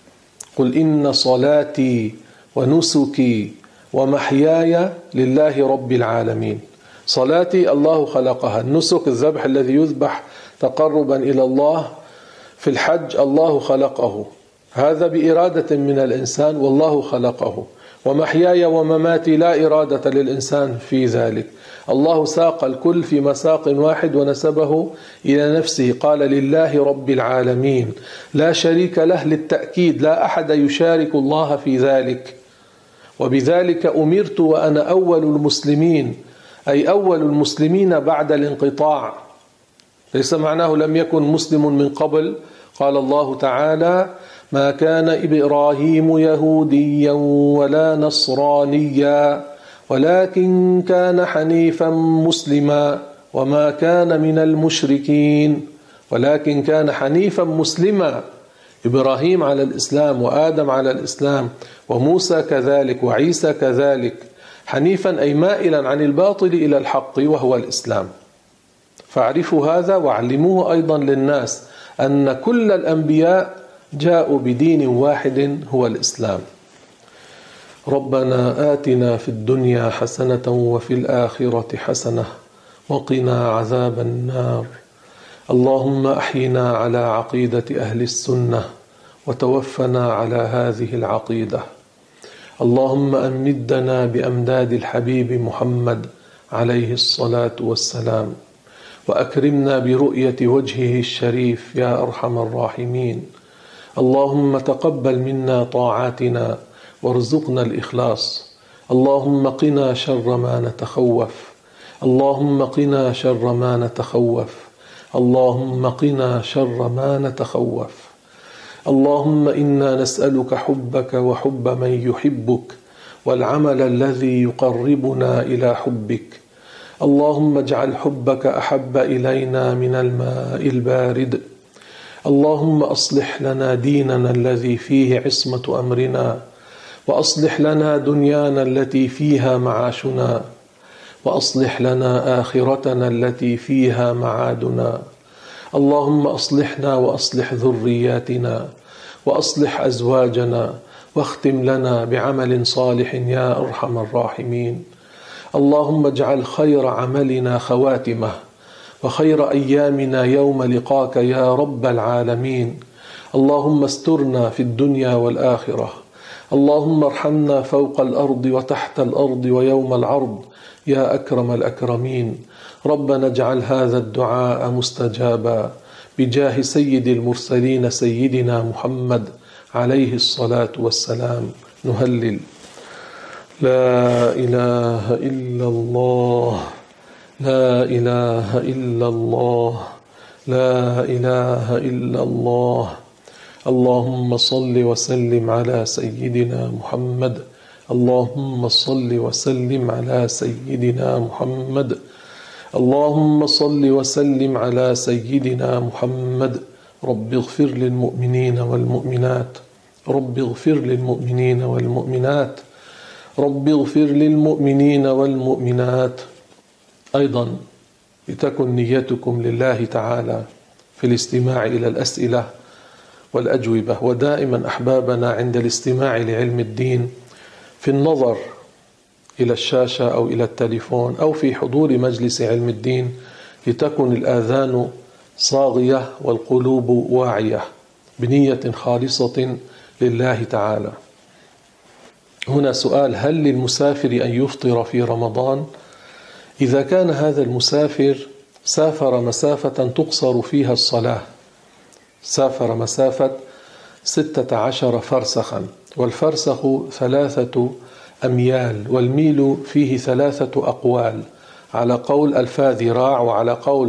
قل إن صلاتي ونسكي ومحياي لله رب العالمين. صلاتي الله خلقها، النسك الذبح الذي يذبح تقربا إلى الله في الحج الله خلقه، هذا بإرادة من الإنسان والله خلقه. ومحياي ومماتي لا إرادة للإنسان في ذلك، الله ساق الكل في مساق واحد ونسبه إلى نفسه، قال لله رب العالمين لا شريك له للتأكيد، لا أحد يشارك الله في ذلك. وبذلك أمرت وأنا أول المسلمين، أي أول المسلمين بعد الانقطاع، ليس معناه لم يكن مسلم من قبل. قال الله تعالى ما كان إبراهيم يهوديا ولا نصرانيا ولكن كان حنيفا مسلما وما كان من المشركين. ولكن كان حنيفا مسلما، إبراهيم على الإسلام وآدم على الإسلام وموسى كذلك وعيسى كذلك، حنيفا أي مائلا عن الباطل إلى الحق وهو الإسلام. فاعرفوا هذا وعلموه أيضا للناس أن كل الأنبياء جاءوا بدين واحد هو الإسلام. ربنا آتنا في الدنيا حسنة وفي الآخرة حسنة وقنا عذاب النار. اللهم أحينا على عقيدة أهل السنة وتوفنا على هذه العقيدة. اللهم أمدنا بأمداد الحبيب محمد عليه الصلاة والسلام، وأكرمنا برؤية وجهه الشريف يا أرحم الراحمين. اللهم تقبل منا طاعاتنا وارزقنا الإخلاص. اللهم قنا شر ما نتخوف. اللهم قنا شر ما نتخوف. اللهم قنا شر ما نتخوف. اللهم إنا نسألك حبك وحب من يحبك والعمل الذي يقربنا إلى حبك. اللهم اجعل حبك أحب إلينا من الماء البارد. اللهم أصلح لنا ديننا الذي فيه عصمة أمرنا، وأصلح لنا دنيانا التي فيها معاشنا، وأصلح لنا آخرتنا التي فيها معادنا. اللهم أصلحنا وأصلح ذرياتنا وأصلح أزواجنا، واختم لنا بعمل صالح يا أرحم الراحمين. اللهم اجعل خير عملنا خواتمه، وخير أيامنا يوم لقاك يا رب العالمين. اللهم استرنا في الدنيا والآخرة. اللهم ارحمنا فوق الأرض وتحت الأرض ويوم العرض يا أكرم الأكرمين. ربنا اجعل هذا الدعاء مستجابا بجاه سيد المرسلين سيدنا محمد عليه الصلاة والسلام. نهلل: لا إله إلا الله، لا إله إلا الله، لا إله إلا الله. اللهم صل وسلم على سيدنا محمد. اللهم صل وسلم على سيدنا محمد. اللهم صل وسلم على سيدنا محمد. رب اغفر للمؤمنين والمؤمنات، رب اغفر للمؤمنين والمؤمنات، رب اغفر للمؤمنين والمؤمنات. أيضا لتكن نيتكم لله تعالى في الاستماع إلى الأسئلة والأجوبة، ودائما أحبابنا عند الاستماع لعلم الدين في النظر إلى الشاشة أو إلى التليفون أو في حضور مجلس علم الدين لتكن الآذان صاغية والقلوب واعية بنية خالصة لله تعالى. هنا سؤال: هل للمسافر أن يفطر في رمضان؟ إذا كان هذا المسافر سافر مسافة تقصر فيها الصلاة، سافر مسافة 16 فرسخا، والفرسخ 3 أميال، والميل فيه 3 أقوال، على قول 1000 ذراع، وعلى قول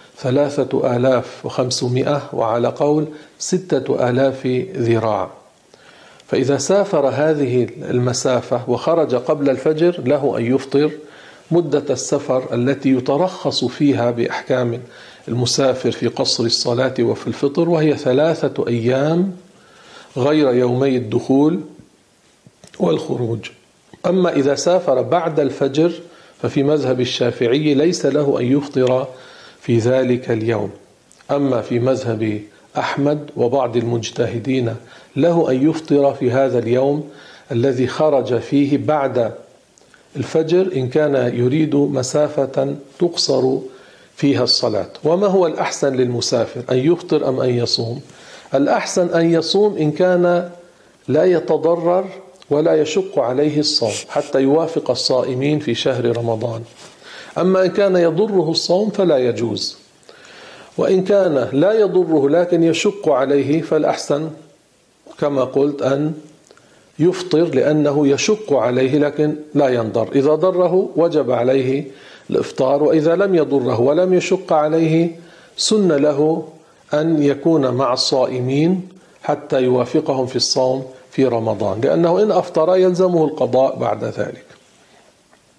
3500، وعلى قول 6000 ذراع. فإذا سافر هذه المسافة وخرج قبل الفجر له أن يفطر مدة السفر التي يترخص فيها بأحكام المسافر في قصر الصلاة وفي الفطر، وهي 3 أيام غير يومي الدخول والخروج. أما إذا سافر بعد الفجر ففي مذهب الشافعي ليس له أن يفطر في ذلك اليوم. أما في مذهب أحمد وبعض المجتهدين له أن يفطر في هذا اليوم الذي خرج فيه بعد الفجر إن كان يريد مسافة تقصر فيها الصلاة. وما هو الأحسن للمسافر، أن يفطر أم أن يصوم؟ الأحسن أن يصوم إن كان لا يتضرر ولا يشق عليه الصوم حتى يوافق الصائمين في شهر رمضان. أما إن كان يضره الصوم فلا يجوز، وإن كان لا يضره لكن يشق عليه فالأحسن كما قلت أن يفطر، لأنه يشق عليه لكن لا ينضر. إذا ضره وجب عليه الإفطار، وإذا لم يضره ولم يشق عليه سن له أن يكون مع الصائمين حتى يوافقهم في الصوم في رمضان، لأنه إن أفطر يلزمه القضاء بعد ذلك.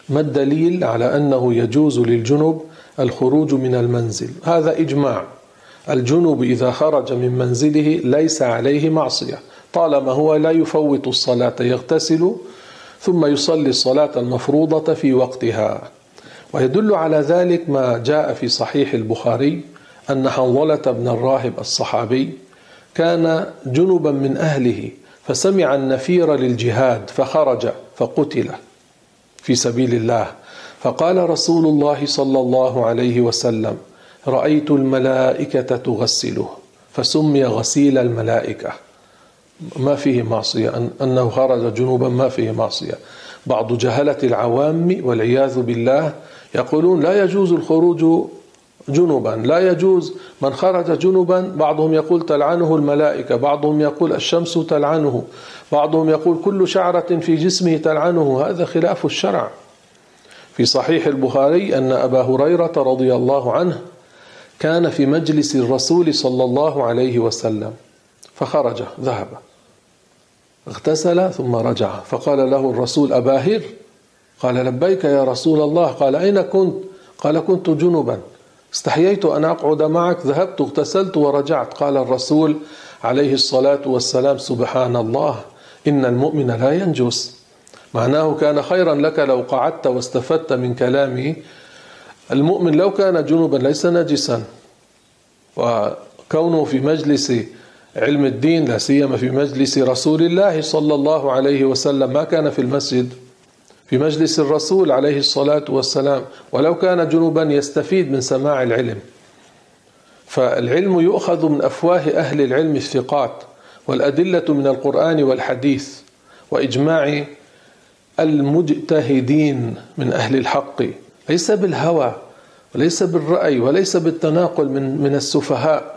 ما الدليل على أنه يجوز للجنب الخروج من المنزل؟ هذا إجماع. الجنب إذا خرج من منزله ليس عليه معصية طالما هو لا يفوت الصلاة، يغتسل ثم يصلي الصلاة المفروضة في وقتها. ويدل على ذلك ما جاء في صحيح البخاري أن حنظلة بن الراهب الصحابي كان جنبا من أهله فسمع النفير للجهاد فخرج فقتل في سبيل الله، فقال رسول الله صلى الله عليه وسلم: رأيت الملائكة تغسله، فسمي غسيل الملائكة. ما فيه معصية، أنه خرج جنوبا ما فيه معصية. بعض جهلة العوام والعياذ بالله يقولون لا يجوز الخروج جنبا، لا يجوز من خرج جنبا. بعضهم يقول تلعنه الملائكة، بعضهم يقول الشمس تلعنه، بعضهم يقول كل شعرة في جسمه تلعنه. هذا خلاف الشرع. في صحيح البخاري أن أبا هريرة رضي الله عنه كان في مجلس الرسول صلى الله عليه وسلم فخرج ذهب اغتسل ثم رجع، فقال له الرسول: أبا هر؟ قال: لبيك يا رسول الله. قال: أين كنت؟ قال: كنت جنبا، استحييت أن أقعد معك، ذهبت اغتسلت ورجعت. قال الرسول عليه الصلاة والسلام: سبحان الله، إن المؤمن لا ينجس. معناه كان خيرا لك لو قعدت واستفدت من كلامه. المؤمن لو كان جنبا ليس نجسا، وكونه في مجلس علم الدين لا سيما في مجلس رسول الله صلى الله عليه وسلم، ما كان في المسجد، في مجلس الرسول عليه الصلاة والسلام، ولو كان جنوبا يستفيد من سماع العلم. فالعلم يؤخذ من أفواه أهل العلم الثقات، والأدلة من القرآن والحديث وإجماع المجتهدين من أهل الحق، ليس بالهوى وليس بالرأي وليس بالتناقل من السفهاء.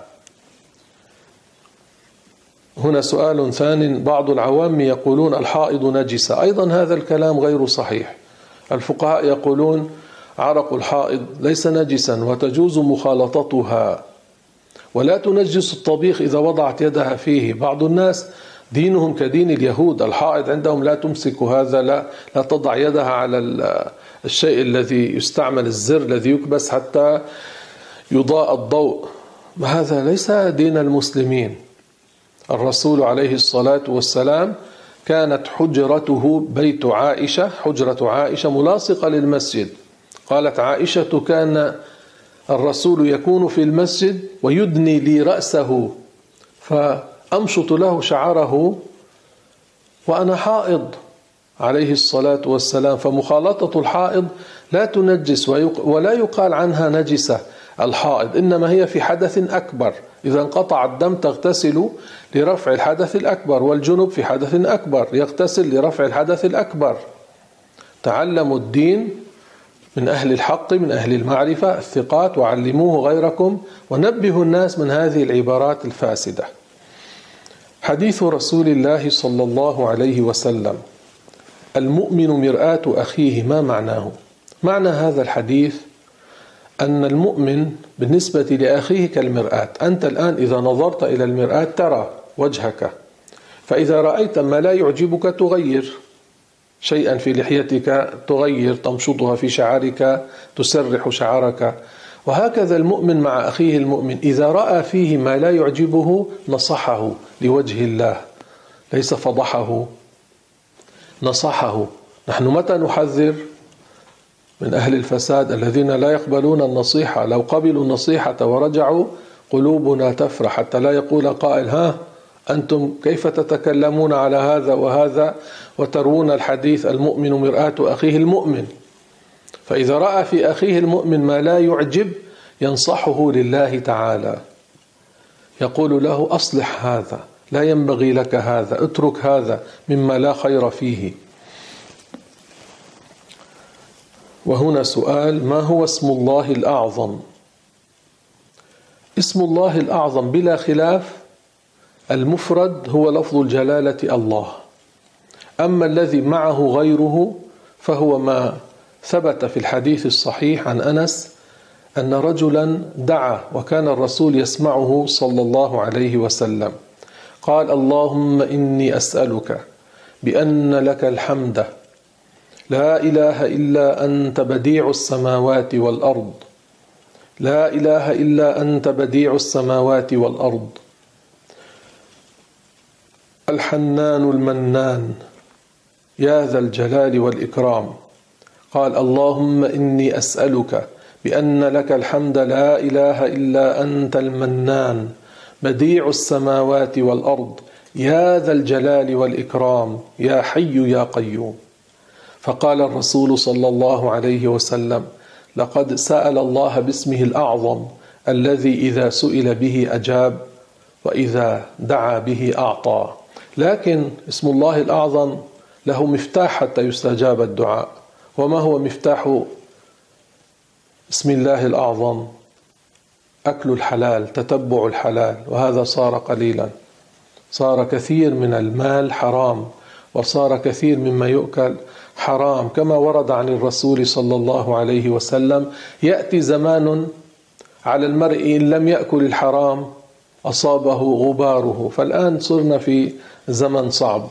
هنا سؤال ثاني: بعض العوام يقولون الحائض نجسة، أيضا هذا الكلام غير صحيح. الفقهاء يقولون عرق الحائض ليس نجسا وتجوز مخالطتها، ولا تنجس الطبيخ إذا وضعت يدها فيه. بعض الناس دينهم كدين اليهود، الحائض عندهم لا تمسك هذا، لا تضع يدها على الشيء الذي يستعمل، الزر الذي يكبس حتى يضاء الضوء. هذا ليس دين المسلمين. الرسول عليه الصلاة والسلام كانت حجرته بيت عائشة، حجرة عائشة ملاصقة للمسجد. قالت عائشة: كان الرسول يكون في المسجد ويدني لي رأسه فأمشط له شعره وأنا حائض عليه الصلاة والسلام. فمخالطة الحائض لا تنجس ولا يقال عنها نجسة الحائض، إنما هي في حدث أكبر. إذا انقطع الدم تغتسل لرفع الحدث الأكبر، والجنب في حدث أكبر يغتسل لرفع الحدث الأكبر. تعلموا الدين من أهل الحق من أهل المعرفة الثقات وعلموه غيركم، ونبهوا الناس من هذه العبارات الفاسدة. حديث رسول الله صلى الله عليه وسلم: المؤمن مرآة أخيه، ما معناه؟ معنى هذا الحديث أن المؤمن بالنسبة لأخيه كالمرآة. أنت الآن إذا نظرت إلى المرآة ترى وجهك، فإذا رأيت ما لا يعجبك تغير شيئا في لحيتك، تغير، تمشطها في شعرك، تسرح شعرك. وهكذا المؤمن مع أخيه المؤمن، إذا رأى فيه ما لا يعجبه نصحه لوجه الله، ليس فضحه، نصحه. نحن متى نحذر من أهل الفساد الذين لا يقبلون النصيحة؟ لو قبلوا النصيحة ورجعوا قلوبنا تفرح، حتى لا يقول قائل: ها أنتم كيف تتكلمون على هذا وهذا وتروون الحديث المؤمن مرآة أخيه المؤمن. فإذا رأى في أخيه المؤمن ما لا يعجب ينصحه لله تعالى، يقول له: أصلح هذا، لا ينبغي لك هذا، اترك هذا مما لا خير فيه. وهنا سؤال: ما هو اسم الله الأعظم؟ اسم الله الأعظم بلا خلاف المفرد هو لفظ الجلالة الله، أما الذي معه غيره فهو ما ثبت في الحديث الصحيح عن أنس أن رجلا دعا وكان الرسول يسمعه صلى الله عليه وسلم، قال: اللهم إني أسألك بأن لك الحمد لا إله إلا أنت بديع السماوات والأرض، لا إله إلا أنت بديع السماوات والأرض، الحنان المنان يا ذا الجلال والإكرام. قال اللهم إني أسألك بأن لك الحمد لا إله إلا أنت المنان بديع السماوات والأرض يا ذا الجلال والإكرام يا حي يا قيوم. فقال الرسول صلى الله عليه وسلم لقد سأل الله باسمه الأعظم الذي إذا سئل به أجاب وإذا دعا به أعطى. لكن اسم الله الأعظم له مفتاح حتى يستجاب الدعاء. وما هو مفتاح اسم الله الأعظم؟ أكل الحلال، تتبع الحلال، وهذا صار قليلا، صار كثير من المال حرام، وصار كثير مما يؤكل حرام، كما ورد عن الرسول صلى الله عليه وسلم يأتي زمان على المرء إن لم يأكل الحرام أصابه غباره. فالآن صرنا في زمن صعب.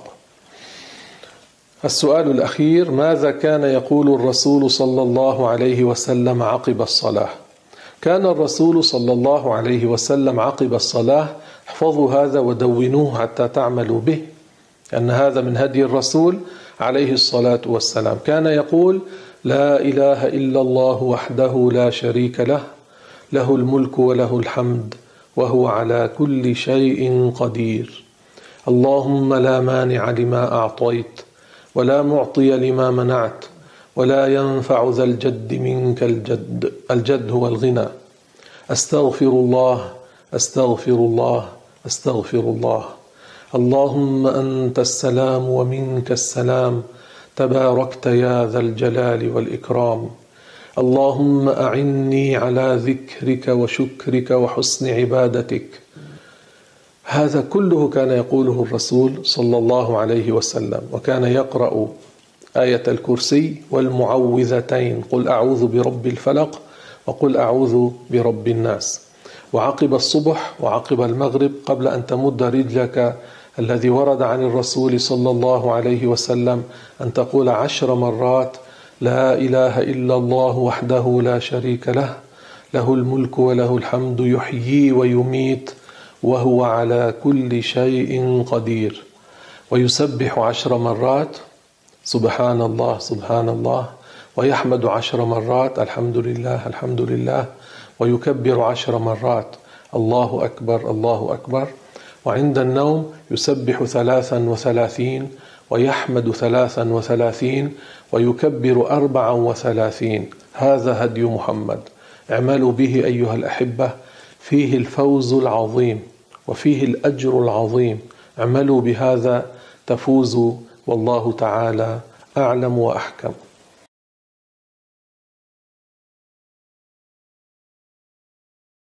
السؤال الأخير: ماذا كان يقول الرسول صلى الله عليه وسلم عقب الصلاة؟ كان الرسول صلى الله عليه وسلم عقب الصلاة، احفظوا هذا ودونوه حتى تعملوا به، أن هذا من هدي الرسول عليه الصلاة والسلام. كان يقول: لا إله إلا الله وحده لا شريك له، له الملك وله الحمد وهو على كل شيء قدير. اللهم لا مانع لما أعطيت ولا معطي لما منعت ولا ينفع ذا الجد منك الجد هو الغنى. أستغفر الله أستغفر الله أستغفر الله. اللهم أنت السلام ومنك السلام، تباركت يا ذا الجلال والإكرام. اللهم أعني على ذكرك وشكرك وحسن عبادتك. هذا كله كان يقوله الرسول صلى الله عليه وسلم، وكان يقرأ آية الكرسي والمعوذتين، قل أعوذ برب الفلق وقل أعوذ برب الناس. وعقب الصبح وعقب المغرب قبل أن تمد رجلك الذي ورد عن الرسول صلى الله عليه وسلم أن تقول 10 مرات: لا إله إلا الله وحده لا شريك له، له الملك وله الحمد يحيي ويميت وهو على كل شيء قدير. ويسبح 10 مرات سبحان الله سبحان الله، ويحمد 10 مرات الحمد لله الحمد لله، ويكبر 10 مرات الله أكبر الله أكبر. وعند النوم يسبح 33 ويحمد 33 ويكبر 34. هذا هدي محمد، اعملوا به أيها الأحبة، فيه الفوز العظيم وفيه الأجر العظيم. اعملوا بهذا تفوزوا، والله تعالى أعلم وأحكم.